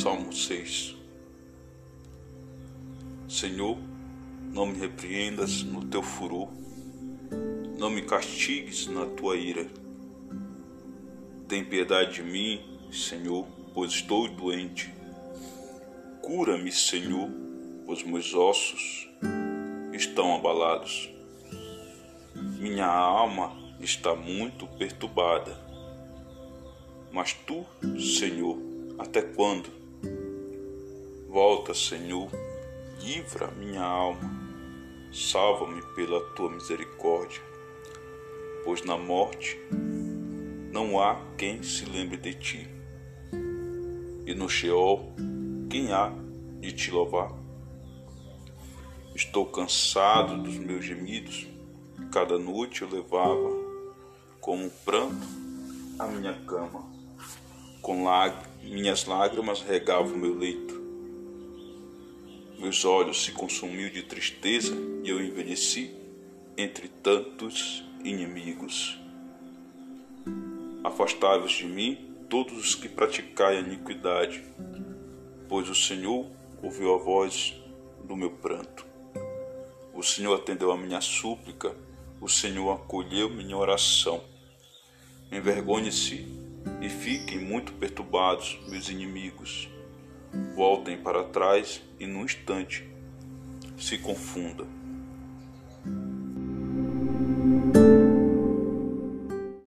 Salmo 6. Senhor, não me repreendas no teu furor, não me castigues na tua ira. Tem piedade de mim, Senhor, pois estou doente. Cura-me, Senhor, pois meus ossos estão abalados. Minha alma está muito perturbada. Mas tu, Senhor, até quando? Volta, Senhor, livra minha alma, salva-me pela tua misericórdia, pois na morte não há quem se lembre de ti, e no Sheol quem há de te louvar? Estou cansado dos meus gemidos, cada noite eu levava como um pranto a minha cama, com minhas lágrimas regavam meu leito. Meus olhos se consumiu de tristeza e eu envelheci entre tantos inimigos. Afastai-vos de mim todos os que praticai a iniquidade, pois o Senhor ouviu a voz do meu pranto. O Senhor atendeu a minha súplica, o Senhor acolheu minha oração. Envergonhe-se e fiquem muito perturbados meus inimigos. Voltem para trás e num instante se confunda.